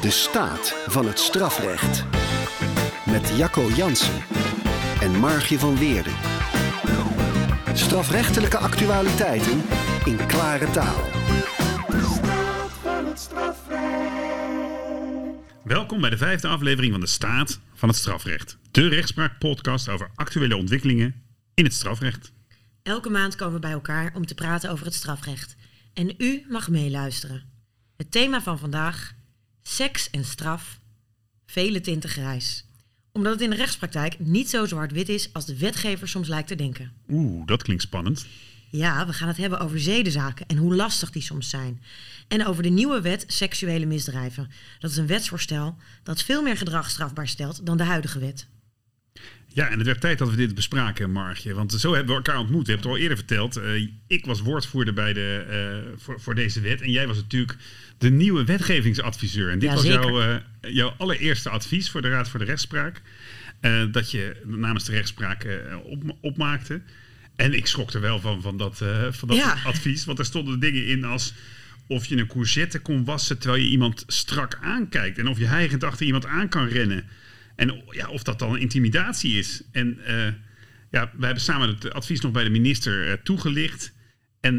De staat van het strafrecht. Met Jacco Jansen en Margie van Weerden. Strafrechtelijke actualiteiten in klare taal. De staat van het strafrecht. Welkom bij de 5e aflevering van de Staat van het Strafrecht. De rechtspraakpodcast over actuele ontwikkelingen in het strafrecht. Elke maand komen we bij elkaar om te praten over het strafrecht. En u mag meeluisteren. Het thema van vandaag: seks en straf, vele tinten grijs. Omdat het in de rechtspraktijk niet zo zwart-wit is als de wetgever soms lijkt te denken. Dat klinkt spannend. Ja, we gaan het hebben over zedenzaken en hoe lastig die soms zijn. En over de nieuwe wet seksuele misdrijven. Dat is een wetsvoorstel dat veel meer gedrag strafbaar stelt dan de huidige wet. Ja, en het werd tijd dat we dit bespraken, Margje. Want zo hebben we elkaar ontmoet. We hebben het al eerder verteld. Ik was woordvoerder bij voor deze wet. En jij was natuurlijk de nieuwe wetgevingsadviseur. En dit was jouw allereerste advies voor de Raad voor de Rechtspraak. Dat je namens de rechtspraak opmaakte. En ik schrok er wel van dat advies. Want er stonden dingen in als of je een courgette kon wassen terwijl je iemand strak aankijkt. En of je hijgend achter iemand aan kan rennen. En ja, of dat dan intimidatie is. En wij hebben samen het advies nog bij de minister toegelicht. En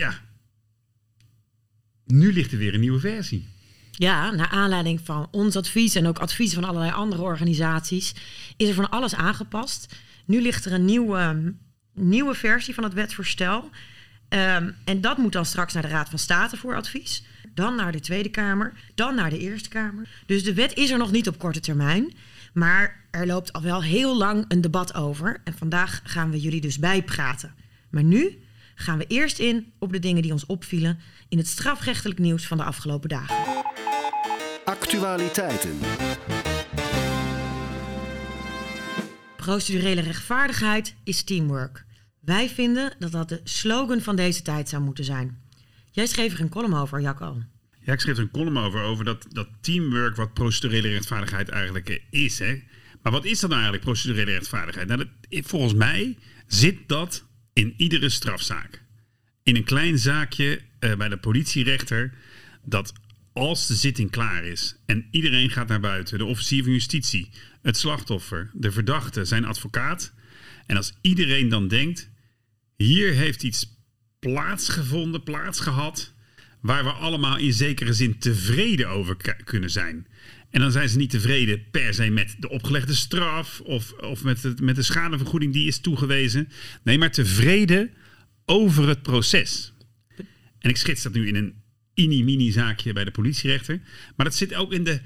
nu ligt er weer een nieuwe versie. Ja, naar aanleiding van ons advies en ook advies van allerlei andere organisaties is er van alles aangepast. Nu ligt er een nieuwe versie van het wetsvoorstel. En dat moet dan straks naar de Raad van State voor advies. Dan naar de Tweede Kamer. Dan naar de Eerste Kamer. Dus de wet is er nog niet op korte termijn. Maar er loopt al wel heel lang een debat over. En vandaag gaan we jullie dus bijpraten. Maar nu gaan we eerst in op de dingen die ons opvielen in het strafrechtelijk nieuws van de afgelopen dagen. Actualiteiten. Procedurele rechtvaardigheid is teamwork. Wij vinden dat dat de slogan van deze tijd zou moeten zijn. Jij schreef er een column over, Jacco. Ja, ik schreef er een column over dat teamwork wat procedurele rechtvaardigheid eigenlijk is. Hè? Maar wat is dat nou eigenlijk, procedurele rechtvaardigheid? Nou, volgens mij zit dat in iedere strafzaak. In een klein zaakje bij de politierechter, dat als de zitting klaar is en iedereen gaat naar buiten, de officier van justitie, het slachtoffer, de verdachte, zijn advocaat. En als iedereen dan denkt, hier heeft iets plaatsgehad, waar we allemaal in zekere zin tevreden over kunnen zijn. En dan zijn ze niet tevreden per se met de opgelegde straf of met de schadevergoeding die is toegewezen. Nee, maar tevreden over het proces. En ik schets dat nu in een mini zaakje bij de politierechter. Maar dat zit ook in de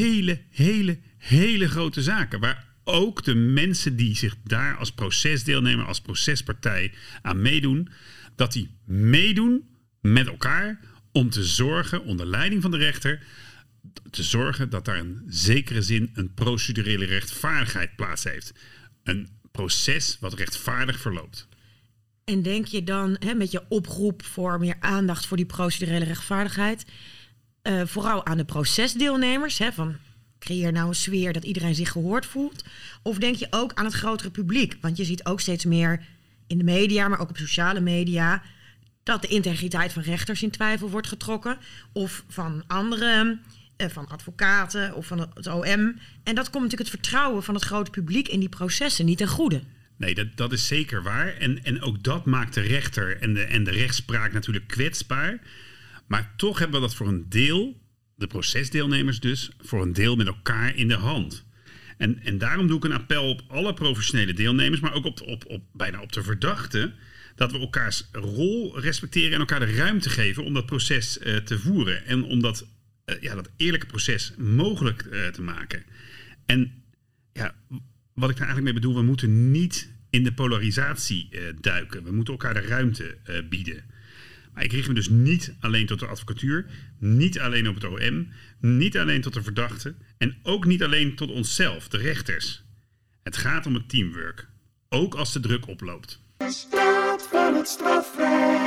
hele grote zaken. Waar ook de mensen die zich daar als procesdeelnemer, als procespartij aan meedoen, dat die meedoen met elkaar om te zorgen, onder leiding van de rechter, te zorgen dat daar in zekere zin een procedurele rechtvaardigheid plaats heeft. Een proces wat rechtvaardig verloopt. En denk je dan met je oproep voor meer aandacht voor die procedurele rechtvaardigheid, vooral aan de procesdeelnemers, van creëer nou een sfeer dat iedereen zich gehoord voelt? Of denk je ook aan het grotere publiek? Want je ziet ook steeds meer in de media, maar ook op sociale media, dat de integriteit van rechters in twijfel wordt getrokken. Of van anderen, van advocaten of van het OM. En dat komt natuurlijk het vertrouwen van het grote publiek in die processen niet ten goede. Nee, dat is zeker waar. En ook dat maakt de rechter en de rechtspraak natuurlijk kwetsbaar. Maar toch hebben we dat voor een deel, de procesdeelnemers dus, voor een deel met elkaar in de hand. En daarom doe ik een appel op alle professionele deelnemers, maar ook bijna op de verdachten, dat we elkaars rol respecteren en elkaar de ruimte geven om dat proces te voeren. En om dat eerlijke proces mogelijk te maken. En ja, wat ik daar eigenlijk mee bedoel, we moeten niet in de polarisatie duiken. We moeten elkaar de ruimte bieden. Maar ik richt me dus niet alleen tot de advocatuur, niet alleen op het OM, niet alleen tot de verdachte en ook niet alleen tot onszelf, de rechters. Het gaat om het teamwork, ook als de druk oploopt. De staat van het strafrecht.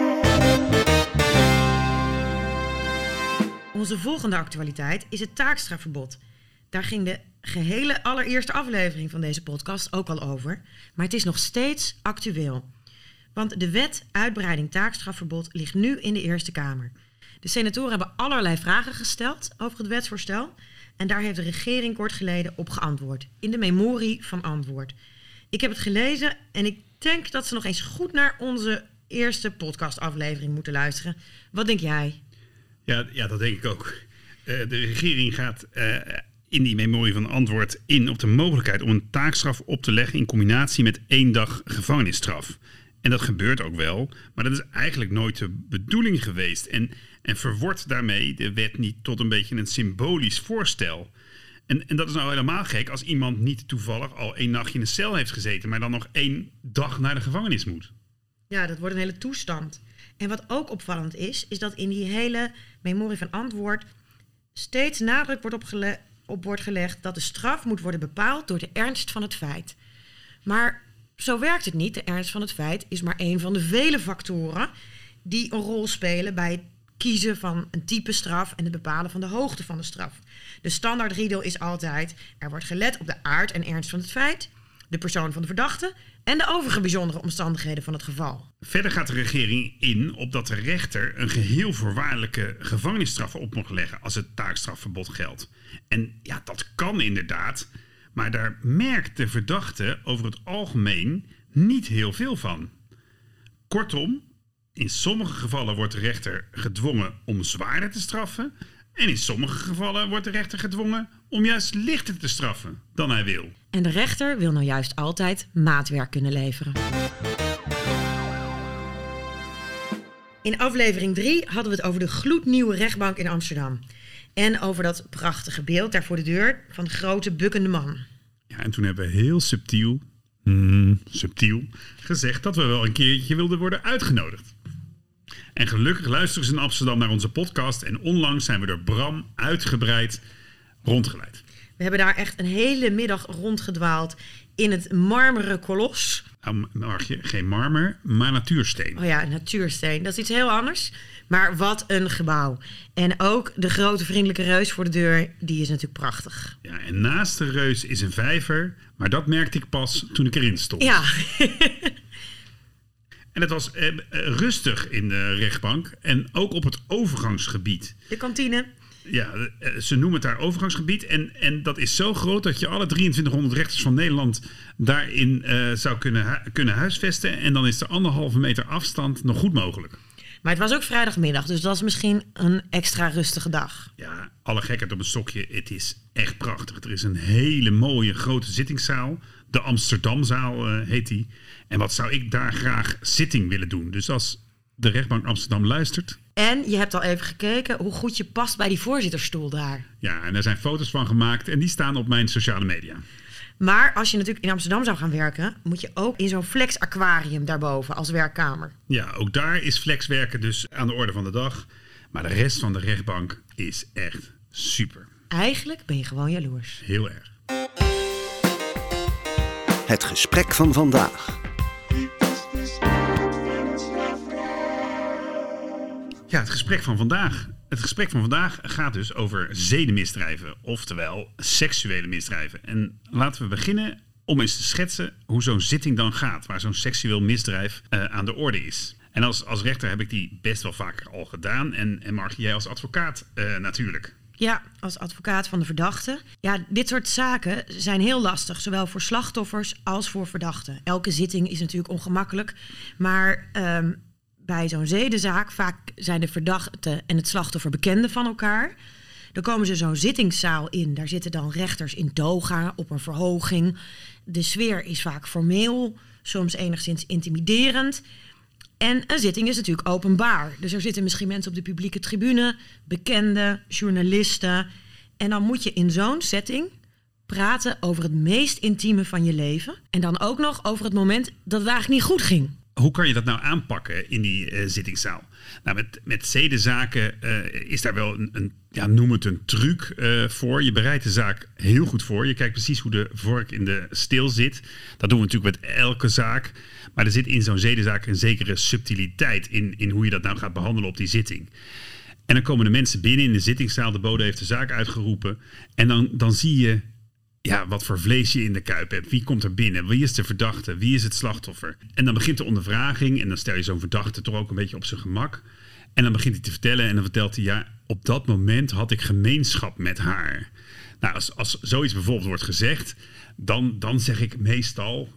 Onze volgende actualiteit is het taakstrafverbod. Daar ging de gehele allereerste aflevering van deze podcast ook al over. Maar het is nog steeds actueel. Want de wet uitbreiding taakstrafverbod ligt nu in de Eerste Kamer. De senatoren hebben allerlei vragen gesteld over het wetsvoorstel. En daar heeft de regering kort geleden op geantwoord. In de memorie van antwoord. Ik heb het gelezen en ik denk dat ze nog eens goed naar onze eerste podcastaflevering moeten luisteren. Wat denk jij? Ja, dat denk ik ook. De regering gaat in die memorie van antwoord in op de mogelijkheid om een taakstraf op te leggen in combinatie met 1 dag gevangenisstraf. En dat gebeurt ook wel, maar dat is eigenlijk nooit de bedoeling geweest. En verwordt daarmee de wet niet tot een beetje een symbolisch voorstel. En dat is nou helemaal gek als iemand niet toevallig al 1 nachtje in een cel heeft gezeten, maar dan nog 1 dag naar de gevangenis moet. Ja, dat wordt een hele toestand. En wat ook opvallend is dat in die hele memorie van antwoord steeds nadruk wordt gelegd dat de straf moet worden bepaald door de ernst van het feit. Maar zo werkt het niet. De ernst van het feit is maar een van de vele factoren die een rol spelen bij het kiezen van een type straf en het bepalen van de hoogte van de straf. De standaardriedel is altijd: er wordt gelet op de aard en ernst van het feit, de persoon van de verdachte en de overige bijzondere omstandigheden van het geval. Verder gaat de regering in op dat de rechter een geheel voorwaardelijke gevangenisstraf op mag leggen als het taakstrafverbod geldt. En ja, dat kan inderdaad, maar daar merkt de verdachte over het algemeen niet heel veel van. Kortom, in sommige gevallen wordt de rechter gedwongen om zwaarder te straffen en in sommige gevallen wordt de rechter gedwongen om juist lichter te straffen dan hij wil. En de rechter wil nou juist altijd maatwerk kunnen leveren. In aflevering 3 hadden we het over de gloednieuwe rechtbank in Amsterdam. En over dat prachtige beeld daar voor de deur van de grote bukkende man. Ja, en toen hebben we heel subtiel gezegd dat we wel een keertje wilden worden uitgenodigd. En gelukkig luisteren ze in Amsterdam naar onze podcast en onlangs zijn we door Bram uitgebreid rondgeleid. We hebben daar echt een hele middag rondgedwaald in het marmeren kolos. Nou, Margje, geen marmer, maar natuursteen. Oh ja, natuursteen. Dat is iets heel anders. Maar wat een gebouw. En ook de grote vriendelijke reus voor de deur, die is natuurlijk prachtig. Ja, en naast de reus is een vijver, maar dat merkte ik pas toen ik erin stond. Ja. En het was rustig in de rechtbank en ook op het overgangsgebied. De kantine. Ja, ze noemen het daar overgangsgebied. En dat is zo groot dat je alle 2300 rechters van Nederland daarin zou kunnen huisvesten. En dan is de 1,5 meter afstand nog goed mogelijk. Maar het was ook vrijdagmiddag, dus dat was misschien een extra rustige dag. Ja, alle gekheid op een stokje. Het is echt prachtig. Er is een hele mooie grote zittingszaal. De Amsterdamzaal heet die. En wat zou ik daar graag zitting willen doen? Dus als de rechtbank Amsterdam luistert. En je hebt al even gekeken hoe goed je past bij die voorzittersstoel daar. Ja, en daar zijn foto's van gemaakt en die staan op mijn sociale media. Maar als je natuurlijk in Amsterdam zou gaan werken, moet je ook in zo'n flex aquarium daarboven als werkkamer. Ja, ook daar is flexwerken dus aan de orde van de dag. Maar de rest van de rechtbank is echt super. Eigenlijk ben je gewoon jaloers. Heel erg. Het gesprek van vandaag. Ja, het gesprek van vandaag. Het gesprek van vandaag gaat dus over zedenmisdrijven, oftewel seksuele misdrijven. En laten we beginnen om eens te schetsen hoe zo'n zitting dan gaat, waar zo'n seksueel misdrijf aan de orde is. En als rechter heb ik die best wel vaker al gedaan. En Margie, jij als advocaat natuurlijk. Ja, als advocaat van de verdachte. Ja, dit soort zaken zijn heel lastig, zowel voor slachtoffers als voor verdachten. Elke zitting is natuurlijk ongemakkelijk, maar bij zo'n zedenzaak vaak zijn de verdachte en het slachtoffer bekenden van elkaar. Dan komen ze zo'n zittingszaal in. Daar zitten dan rechters in toga op een verhoging. De sfeer is vaak formeel, soms enigszins intimiderend. En een zitting is natuurlijk openbaar. Dus er zitten misschien mensen op de publieke tribune, bekenden, journalisten. En dan moet je in zo'n setting praten over het meest intieme van je leven. En dan ook nog over het moment dat het eigenlijk niet goed ging. Hoe kan je dat nou aanpakken in die zittingszaal? Nou, met zedenzaken is daar wel noem het een truc voor. Je bereidt de zaak heel goed voor. Je kijkt precies hoe de vork in de steel zit. Dat doen we natuurlijk met elke zaak. Maar er zit in zo'n zedenzaak een zekere subtiliteit in hoe je dat nou gaat behandelen op die zitting. En dan komen de mensen binnen in de zittingszaal. De bode heeft de zaak uitgeroepen. En dan zie je wat voor vlees je in de kuip hebt. Wie komt er binnen? Wie is de verdachte? Wie is het slachtoffer? En dan begint de ondervraging. En dan stel je zo'n verdachte toch ook een beetje op zijn gemak. En dan begint hij te vertellen en dan vertelt hij... ja, op dat moment had ik gemeenschap met haar. Nou, als zoiets bijvoorbeeld wordt gezegd... dan zeg ik meestal...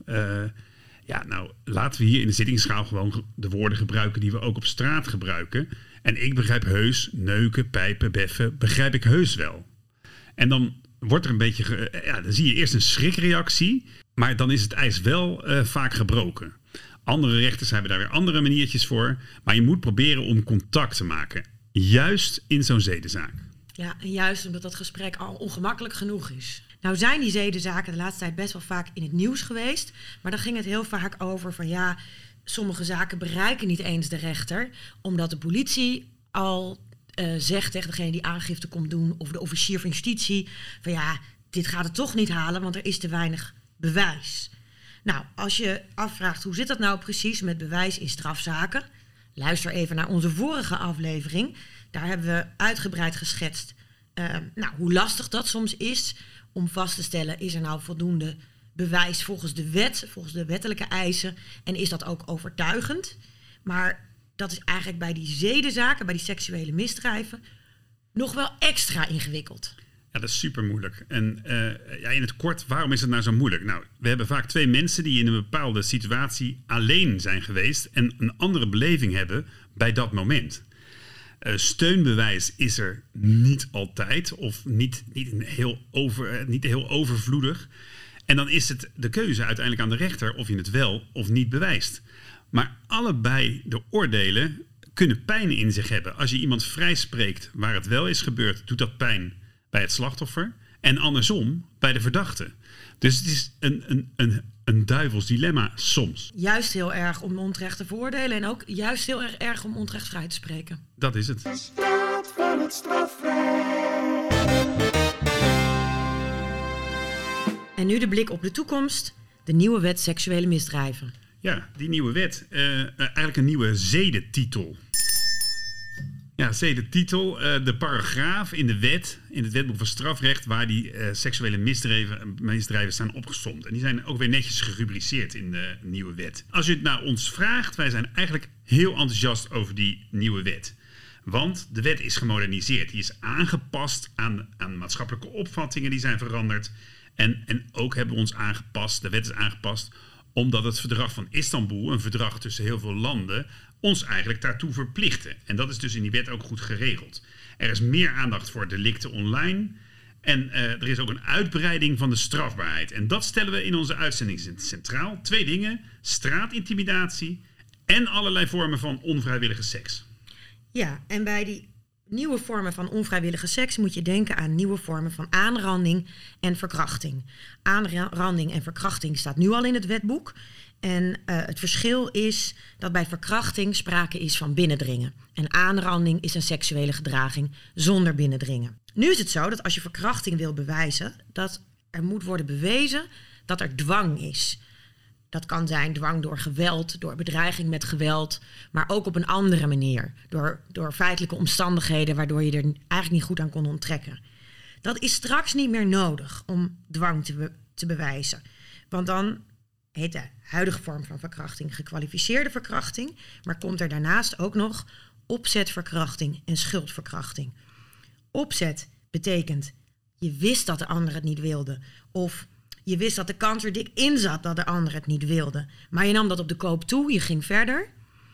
laten we hier in de zittingsschaal gewoon de woorden gebruiken... die we ook op straat gebruiken. En ik begrijp heus, neuken, pijpen, beffen... begrijp ik heus wel. En dan wordt er een beetje... dan zie je eerst een schrikreactie... maar dan is het ijs wel vaak gebroken. Andere rechters hebben daar weer andere maniertjes voor... maar je moet proberen om contact te maken... juist in zo'n zedenzaak. Ja, en juist omdat dat gesprek al ongemakkelijk genoeg is. Nou zijn die zedenzaken de laatste tijd best wel vaak in het nieuws geweest... maar dan ging het heel vaak over van ja... sommige zaken bereiken niet eens de rechter... omdat de politie al zegt tegen degene die aangifte komt doen... of de officier van justitie van ja, dit gaat het toch niet halen... want er is te weinig bewijs. Nou, als je afvraagt hoe zit dat nou precies met bewijs in strafzaken... luister even naar onze vorige aflevering... Daar hebben we uitgebreid geschetst hoe lastig dat soms is... om vast te stellen, is er nou voldoende bewijs volgens de wet... volgens de wettelijke eisen en is dat ook overtuigend. Maar dat is eigenlijk bij die zedenzaken, bij die seksuele misdrijven... nog wel extra ingewikkeld. Ja, dat is super moeilijk. En in het kort, waarom is het nou zo moeilijk? Nou, we hebben vaak twee mensen die in een bepaalde situatie alleen zijn geweest... en een andere beleving hebben bij dat moment... steunbewijs is er niet altijd of niet heel overvloedig. En dan is het de keuze uiteindelijk aan de rechter of je het wel of niet bewijst. Maar allebei de oordelen kunnen pijn in zich hebben. Als je iemand vrijspreekt waar het wel is gebeurd, doet dat pijn bij het slachtoffer. En andersom bij de verdachte. Dus het is een duivels dilemma soms. Juist heel erg om onterecht te veroordelen en ook juist heel erg om onterecht vrij te spreken. Dat is het. De straat van het strafrecht. En nu de blik op de toekomst. De nieuwe wet seksuele misdrijven. Ja, die nieuwe wet. Eigenlijk een nieuwe zedentitel. Ja, zedentitel. De paragraaf in de wet, in het wetboek van strafrecht... waar die seksuele misdrijven staan opgesomd. En die zijn ook weer netjes gerubriceerd in de nieuwe wet. Als u het naar ons vraagt, wij zijn eigenlijk heel enthousiast over die nieuwe wet. Want de wet is gemoderniseerd. Die is aangepast aan maatschappelijke opvattingen die zijn veranderd. En ook hebben we ons aangepast, de wet is aangepast... omdat het verdrag van Istanbul, een verdrag tussen heel veel landen... ons eigenlijk daartoe verplichten. En dat is dus in die wet ook goed geregeld. Er is meer aandacht voor delicten online... en er is ook een uitbreiding van de strafbaarheid. En dat stellen we in onze uitzending centraal. 2 dingen, straatintimidatie... en allerlei vormen van onvrijwillige seks. Ja, en bij die nieuwe vormen van onvrijwillige seks... moet je denken aan nieuwe vormen van aanranding en verkrachting. Aanranding en verkrachting staat nu al in het wetboek... En het verschil is dat bij verkrachting sprake is van binnendringen. En aanranding is een seksuele gedraging zonder binnendringen. Nu is het zo dat als je verkrachting wil bewijzen... dat er moet worden bewezen dat er dwang is. Dat kan zijn dwang door geweld, door bedreiging met geweld... maar ook op een andere manier. Door feitelijke omstandigheden waardoor je er eigenlijk niet goed aan kon onttrekken. Dat is straks niet meer nodig om dwang te bewijzen. Want dan... heet de huidige vorm van verkrachting gekwalificeerde verkrachting... maar komt er daarnaast ook nog opzetverkrachting en schuldverkrachting. Opzet betekent je wist dat de ander het niet wilde... of je wist dat de kans er dik in zat dat de ander het niet wilde... maar je nam dat op de koop toe, je ging verder.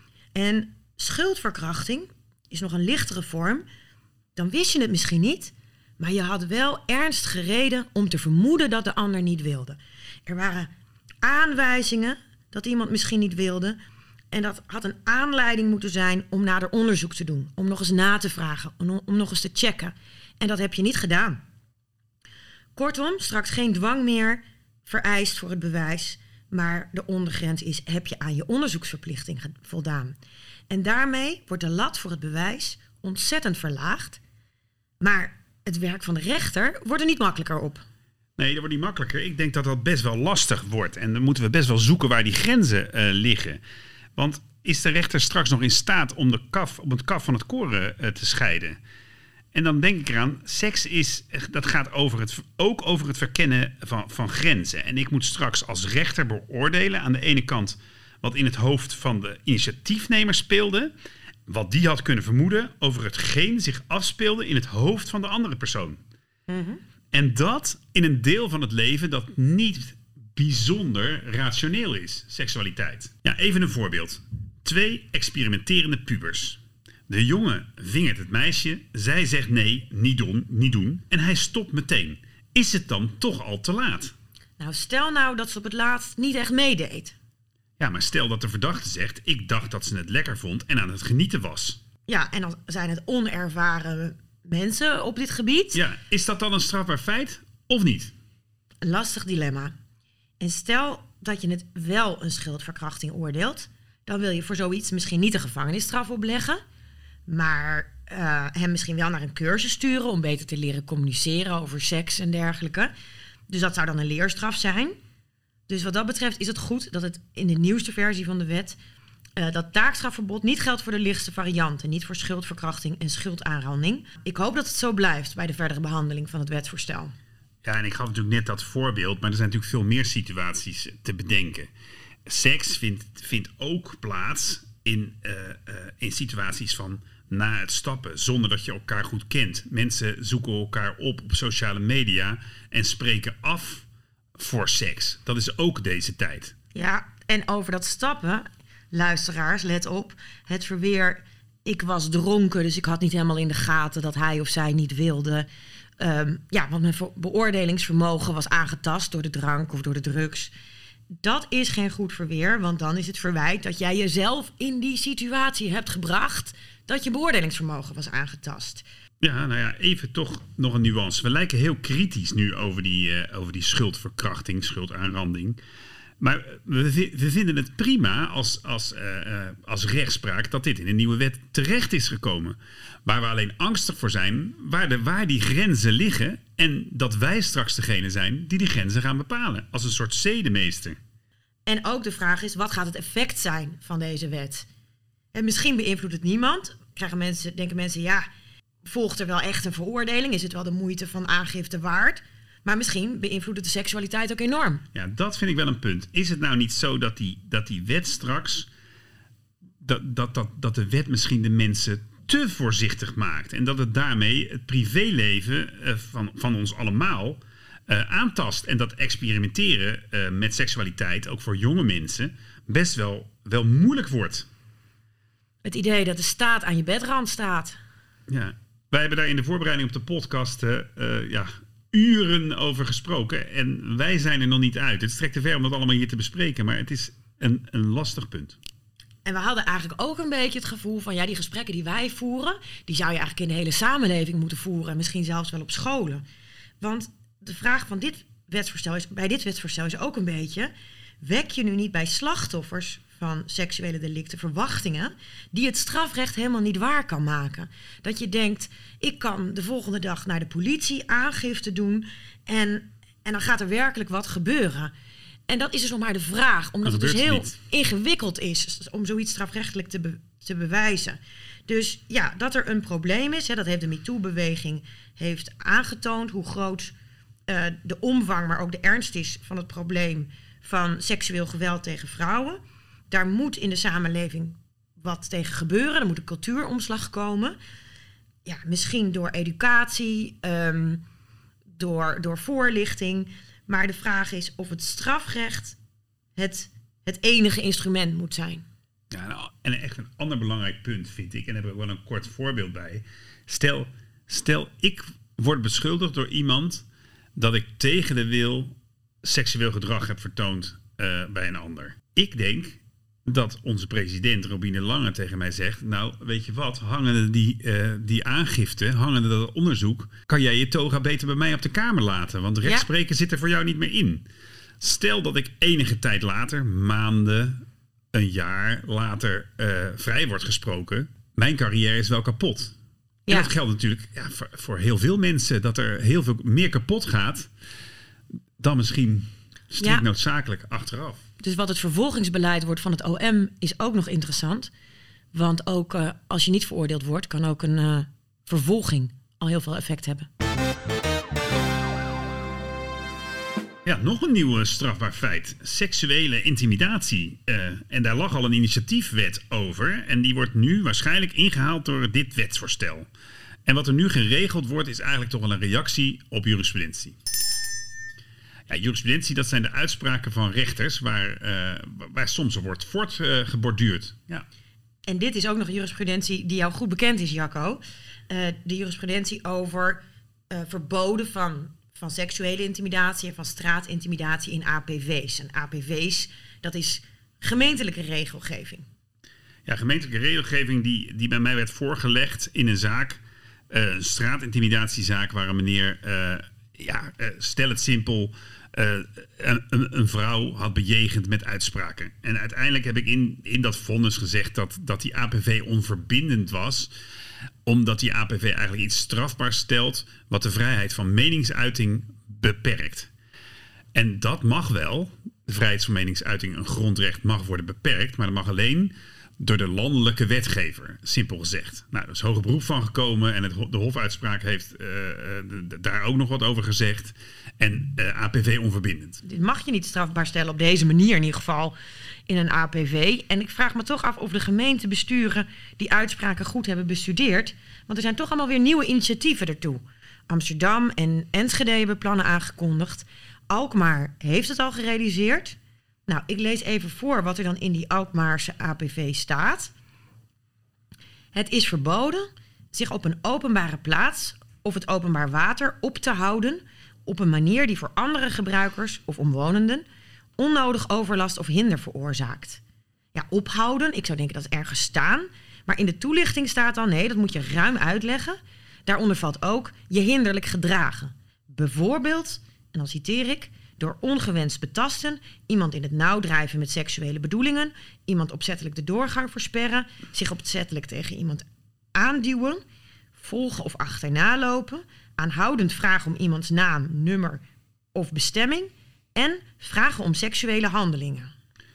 En schuldverkrachting is nog een lichtere vorm. Dan wist je het misschien niet... maar je had wel ernstige reden om te vermoeden dat de ander niet wilde. Er waren... aanwijzingen dat iemand misschien niet wilde. En dat had een aanleiding moeten zijn om nader onderzoek te doen. Om nog eens na te vragen, om nog eens te checken. En dat heb je niet gedaan. Kortom, straks geen dwang meer vereist voor het bewijs. Maar de ondergrens is, heb je aan je onderzoeksverplichting voldaan. En daarmee wordt de lat voor het bewijs ontzettend verlaagd. Maar het werk van de rechter wordt er niet makkelijker op. Nee, dat wordt niet makkelijker. Ik denk dat dat best wel lastig wordt. En dan moeten we best wel zoeken waar die grenzen liggen. Want is de rechter straks nog in staat om om het kaf van het koren te scheiden? En dan denk ik eraan, seks dat gaat ook over het verkennen van grenzen. En ik moet straks als rechter beoordelen aan de ene kant wat in het hoofd van de initiatiefnemer speelde... wat die had kunnen vermoeden over hetgeen zich afspeelde in het hoofd van de andere persoon. Mm-hmm. En dat in een deel van het leven dat niet bijzonder rationeel is, seksualiteit. Ja, even een voorbeeld. 2 experimenterende pubers. De jongen vingert het meisje, zij zegt nee, niet doen en hij stopt meteen. Is het dan toch al te laat? Nou, stel nou dat ze op het laatst niet echt meedeed. Ja, maar stel dat de verdachte zegt, ik dacht dat ze het lekker vond en aan het genieten was. Ja, en dan zijn het onervaren mensen op dit gebied. Ja, is dat dan een strafbaar feit of niet? Een lastig dilemma. En stel dat je het wel een schildverkrachting oordeelt, dan wil je voor zoiets misschien niet een gevangenisstraf opleggen, maar hem misschien wel naar een cursus sturen om beter te leren communiceren over seks en dergelijke. Dus dat zou dan een leerstraf zijn. Dus wat dat betreft is het goed dat het in de nieuwste versie van de wet dat taakstrafverbod niet geldt voor de lichtste varianten, niet voor schuldverkrachting en schuldaanranding. Ik hoop dat het zo blijft bij de verdere behandeling van het wetsvoorstel. Ja, en ik gaf natuurlijk net dat voorbeeld, maar er zijn natuurlijk veel meer situaties te bedenken. Seks vindt ook plaats in situaties van na het stappen, zonder dat je elkaar goed kent. Mensen zoeken elkaar op sociale media en spreken af voor seks. Dat is ook deze tijd. Ja, en over dat stappen, luisteraars, let op. Het verweer, ik was dronken, dus ik had niet helemaal in de gaten dat hij of zij niet wilde. Want mijn beoordelingsvermogen was aangetast door de drank of door de drugs. Dat is geen goed verweer, want dan is het verwijt dat jij jezelf in die situatie hebt gebracht dat je beoordelingsvermogen was aangetast. Ja, nou ja, even toch nog een nuance. We lijken heel kritisch nu over die schuldverkrachting, schuldaanranding. Maar we vinden het prima als rechtspraak dat dit in een nieuwe wet terecht is gekomen. Waar we alleen angstig voor zijn, waar die grenzen liggen en dat wij straks degene zijn die grenzen gaan bepalen. Als een soort zedemeester. En ook de vraag is, wat gaat het effect zijn van deze wet? En misschien beïnvloedt het niemand. Denken mensen, ja, volgt er wel echt een veroordeling? Is het wel de moeite van aangifte waard? Maar misschien beïnvloedt het de seksualiteit ook enorm. Ja, dat vind ik wel een punt. Is het nou niet zo dat die wet straks, dat de wet misschien de mensen te voorzichtig maakt en dat het daarmee het privéleven van ons allemaal aantast en dat experimenteren met seksualiteit ook voor jonge mensen best wel moeilijk wordt? Het idee dat de staat aan je bedrand staat. Ja, wij hebben daar in de voorbereiding op de podcast uren over gesproken en wij zijn er nog niet uit. Het strekt te ver om dat allemaal hier te bespreken, maar het is een lastig punt. En we hadden eigenlijk ook een beetje het gevoel van, ja, die gesprekken die wij voeren, die zou je eigenlijk in de hele samenleving moeten voeren en misschien zelfs wel op scholen. Want de vraag van bij dit wetsvoorstel is ook een beetje, wek je nu niet bij slachtoffers van seksuele delicten verwachtingen die het strafrecht helemaal niet waar kan maken? Dat je denkt, ik kan de volgende dag naar de politie aangifte doen en dan gaat er werkelijk wat gebeuren. En dat is dus nog maar de vraag, omdat het dus heel ingewikkeld is om zoiets strafrechtelijk te bewijzen. Dus ja, dat er een probleem is, dat heeft de MeToo-beweging heeft aangetoond hoe groot de omvang, maar ook de ernst is van het probleem van seksueel geweld tegen vrouwen. Daar moet in de samenleving wat tegen gebeuren. Er moet een cultuuromslag komen. Ja, misschien door educatie, door voorlichting. Maar de vraag is of het strafrecht het enige instrument moet zijn. Ja, nou, en echt een ander belangrijk punt vind ik, en daar heb ik wel een kort voorbeeld bij. Stel ik word beschuldigd door iemand dat ik tegen de wil seksueel gedrag heb vertoond bij een ander. Ik denk dat onze president Robine Lange tegen mij zegt, nou, weet je wat, hangende die aangifte, hangende dat onderzoek, kan jij je toga beter bij mij op de kamer laten, want rechtspreken zit er voor jou niet meer in. Stel dat ik enige tijd later, maanden, een jaar later, vrij wordt gesproken, mijn carrière is wel kapot. Ja. En dat geldt natuurlijk voor heel veel mensen, dat er heel veel meer kapot gaat dan misschien strikt noodzakelijk achteraf. Dus wat het vervolgingsbeleid wordt van het OM is ook nog interessant. Want ook als je niet veroordeeld wordt, kan ook een vervolging al heel veel effect hebben. Ja, nog een nieuw strafbaar feit. Seksuele intimidatie. En daar lag al een initiatiefwet over. En die wordt nu waarschijnlijk ingehaald door dit wetsvoorstel. En wat er nu geregeld wordt, is eigenlijk toch wel een reactie op jurisprudentie. Ja, jurisprudentie, dat zijn de uitspraken van rechters waar soms wordt voortgeborduurd. Ja. En dit is ook nog jurisprudentie die jou goed bekend is, Jacco. De jurisprudentie over verboden van seksuele intimidatie en van straatintimidatie in APV's. En APV's, dat is gemeentelijke regelgeving. Ja, gemeentelijke regelgeving die bij mij werd voorgelegd in een zaak. Een straatintimidatiezaak waar een meneer, stel het simpel, een vrouw had bejegend met uitspraken. En uiteindelijk heb ik in dat vonnis gezegd dat die APV onverbindend was, omdat die APV eigenlijk iets strafbaars stelt wat de vrijheid van meningsuiting beperkt. En dat mag wel. De vrijheid van meningsuiting, een grondrecht, mag worden beperkt, maar dat mag alleen door de landelijke wetgever, simpel gezegd. Nou, er is hoger beroep van gekomen en de hofuitspraak heeft daar ook nog wat over gezegd. En APV onverbindend. Dit mag je niet strafbaar stellen op deze manier in ieder geval in een APV. En ik vraag me toch af of de gemeentebesturen die uitspraken goed hebben bestudeerd. Want er zijn toch allemaal weer nieuwe initiatieven ertoe. Amsterdam en Enschede hebben plannen aangekondigd. Alkmaar heeft het al gerealiseerd. Nou, ik lees even voor wat er dan in die Alkmaarse APV staat. Het is verboden zich op een openbare plaats of het openbaar water op te houden op een manier die voor andere gebruikers of omwonenden onnodig overlast of hinder veroorzaakt. Ja, ophouden, ik zou denken dat is ergens staan. Maar in de toelichting staat dan, nee, dat moet je ruim uitleggen. Daaronder valt ook je hinderlijk gedragen. Bijvoorbeeld, en dan citeer ik, door ongewenst betasten, iemand in het nauw drijven met seksuele bedoelingen, iemand opzettelijk de doorgang versperren, zich opzettelijk tegen iemand aanduwen, volgen of achterna lopen, aanhoudend vragen om iemands naam, nummer of bestemming en vragen om seksuele handelingen.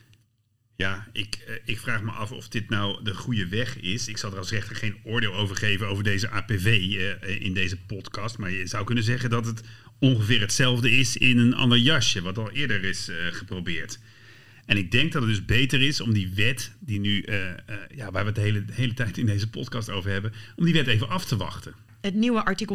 Ja, ik vraag me af of dit nou de goede weg is. Ik zal er als rechter geen oordeel over geven over deze APV in deze podcast. Maar je zou kunnen zeggen dat het ongeveer hetzelfde is in een ander jasje, wat al eerder is geprobeerd. En ik denk dat het dus beter is om die wet, die nu, waar we het de hele tijd in deze podcast over hebben, om die wet even af te wachten. Het nieuwe artikel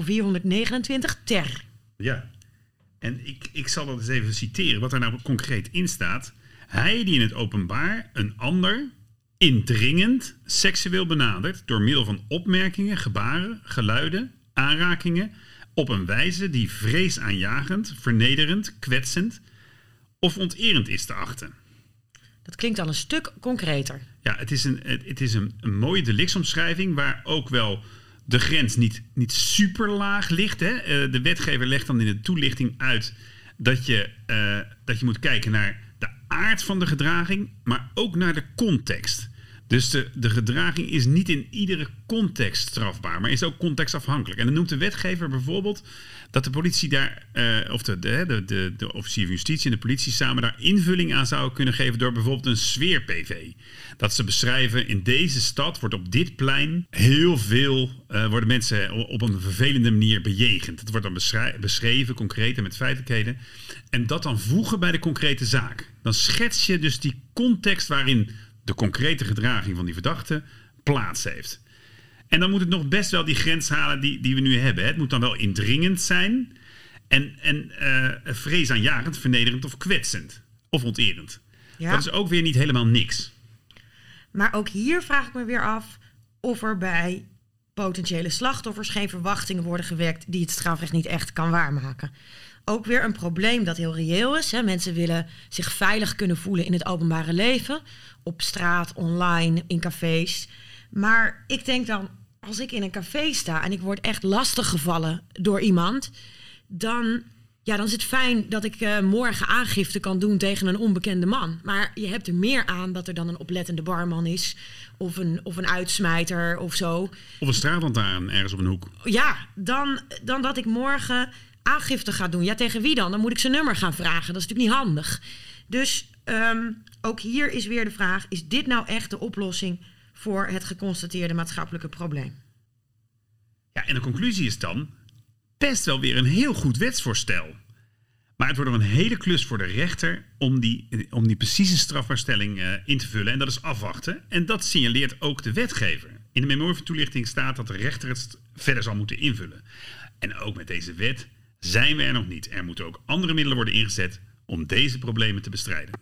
429 ter. Ja, en ik zal dat eens even citeren, wat er nou concreet in staat. Hij die in het openbaar een ander indringend seksueel benadert door middel van opmerkingen, gebaren, geluiden, aanrakingen, op een wijze die vreesaanjagend, vernederend, kwetsend of onterend is te achten. Dat klinkt al een stuk concreter. Ja, het is een mooie delictsomschrijving waar ook wel de grens niet super laag ligt. Hè? De wetgever legt dan in de toelichting uit dat je moet kijken naar de aard van de gedraging, maar ook naar de context. Dus de gedraging is niet in iedere context strafbaar, maar is ook contextafhankelijk. En dan noemt de wetgever bijvoorbeeld dat de politie daar, of de officier van justitie en de politie samen daar invulling aan zouden kunnen geven door bijvoorbeeld een sfeer-PV. Dat ze beschrijven, in deze stad wordt op dit plein heel veel, worden mensen op een vervelende manier bejegend. Dat wordt dan beschreven, concreet en met feitelijkheden. En dat dan voegen bij de concrete zaak. Dan schets je dus die context waarin de concrete gedraging van die verdachte plaats heeft. En dan moet het nog best wel die grens halen die we nu hebben. Het moet dan wel indringend zijn en vreesaanjagend, vernederend of kwetsend of onterend. Ja. Dat is ook weer niet helemaal niks. Maar ook hier vraag ik me weer af of er bij potentiële slachtoffers geen verwachtingen worden gewekt die het strafrecht niet echt kan waarmaken. Ook weer een probleem dat heel reëel is. Hè. Mensen willen zich veilig kunnen voelen in het openbare leven. Op straat, online, in cafés. Maar ik denk dan, als ik in een café sta en ik word echt lastiggevallen door iemand, dan is het fijn dat ik morgen aangifte kan doen tegen een onbekende man. Maar je hebt er meer aan dat er dan een oplettende barman is of een uitsmijter of zo. Of een straatlantaarn ergens op een hoek. Ja, dan dat ik morgen aangifte ga doen. Ja, tegen wie dan? Dan moet ik zijn nummer gaan vragen. Dat is natuurlijk niet handig. Dus ook hier is weer de vraag, is dit nou echt de oplossing voor het geconstateerde maatschappelijke probleem? Ja, en de conclusie is dan best wel weer een heel goed wetsvoorstel. Maar het wordt nog een hele klus voor de rechter om die precieze strafbaarstelling in te vullen. En dat is afwachten. En dat signaleert ook de wetgever. In de memorie van toelichting staat dat de rechter het verder zal moeten invullen. En ook met deze wet zijn we er nog niet. Er moeten ook andere middelen worden ingezet om deze problemen te bestrijden.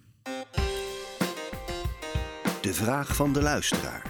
De vraag van de luisteraar.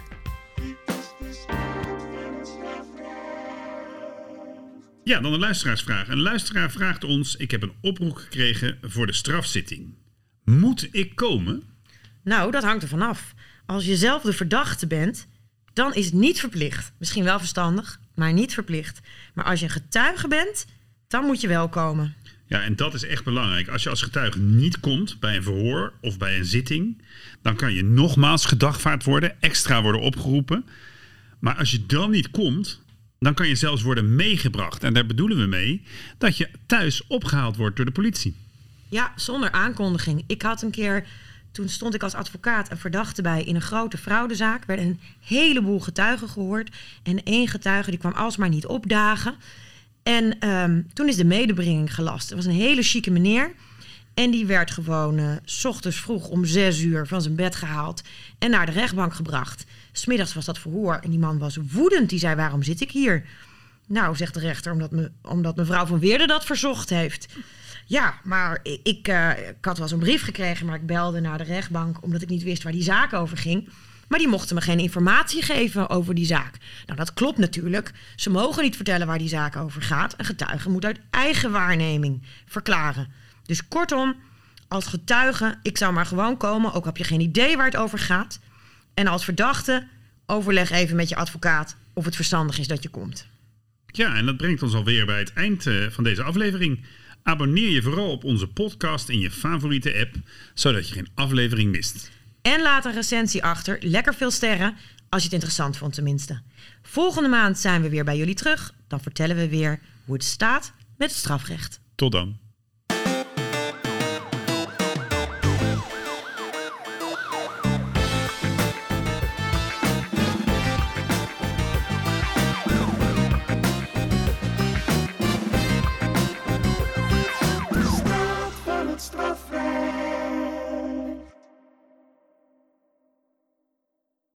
Ja, dan een luisteraarsvraag. Een luisteraar vraagt ons: ik heb een oproep gekregen voor de strafzitting. Moet ik komen? Nou, dat hangt er vanaf. Als je zelf de verdachte bent, dan is het niet verplicht. Misschien wel verstandig, maar niet verplicht. Maar als je een getuige bent, dan moet je wel komen. Ja, en dat is echt belangrijk. Als je als getuige niet komt bij een verhoor of bij een zitting, dan kan je nogmaals gedagvaard worden, extra worden opgeroepen. Maar als je dan niet komt, dan kan je zelfs worden meegebracht. En daar bedoelen we mee dat je thuis opgehaald wordt door de politie. Ja, zonder aankondiging. Ik had een keer, toen stond ik als advocaat een verdachte bij in een grote fraudezaak. Er werden een heleboel getuigen gehoord. En één getuige die kwam alsmaar niet opdagen. En toen is de medebrenging gelast. Het was een hele chique meneer. En die werd gewoon 's ochtends vroeg om 6:00 van zijn bed gehaald en naar de rechtbank gebracht. 's Middags was dat verhoor en die man was woedend. Die zei: waarom zit ik hier? Nou, zegt de rechter, omdat mevrouw van Weerden dat verzocht heeft. Ja, maar ik had wel eens een brief gekregen, maar ik belde naar de rechtbank omdat ik niet wist waar die zaak over ging. Maar die mochten me geen informatie geven over die zaak. Nou, dat klopt natuurlijk. Ze mogen niet vertellen waar die zaak over gaat. Een getuige moet uit eigen waarneming verklaren. Dus kortom, als getuige, ik zou maar gewoon komen, ook heb je geen idee waar het over gaat. En als verdachte, overleg even met je advocaat of het verstandig is dat je komt. Ja, en dat brengt ons alweer bij het eind van deze aflevering. Abonneer je vooral op onze podcast in je favoriete app, zodat je geen aflevering mist. En laat een recensie achter, lekker veel sterren, als je het interessant vond tenminste. Volgende maand zijn we weer bij jullie terug. Dan vertellen we weer hoe het staat met het strafrecht. Tot dan.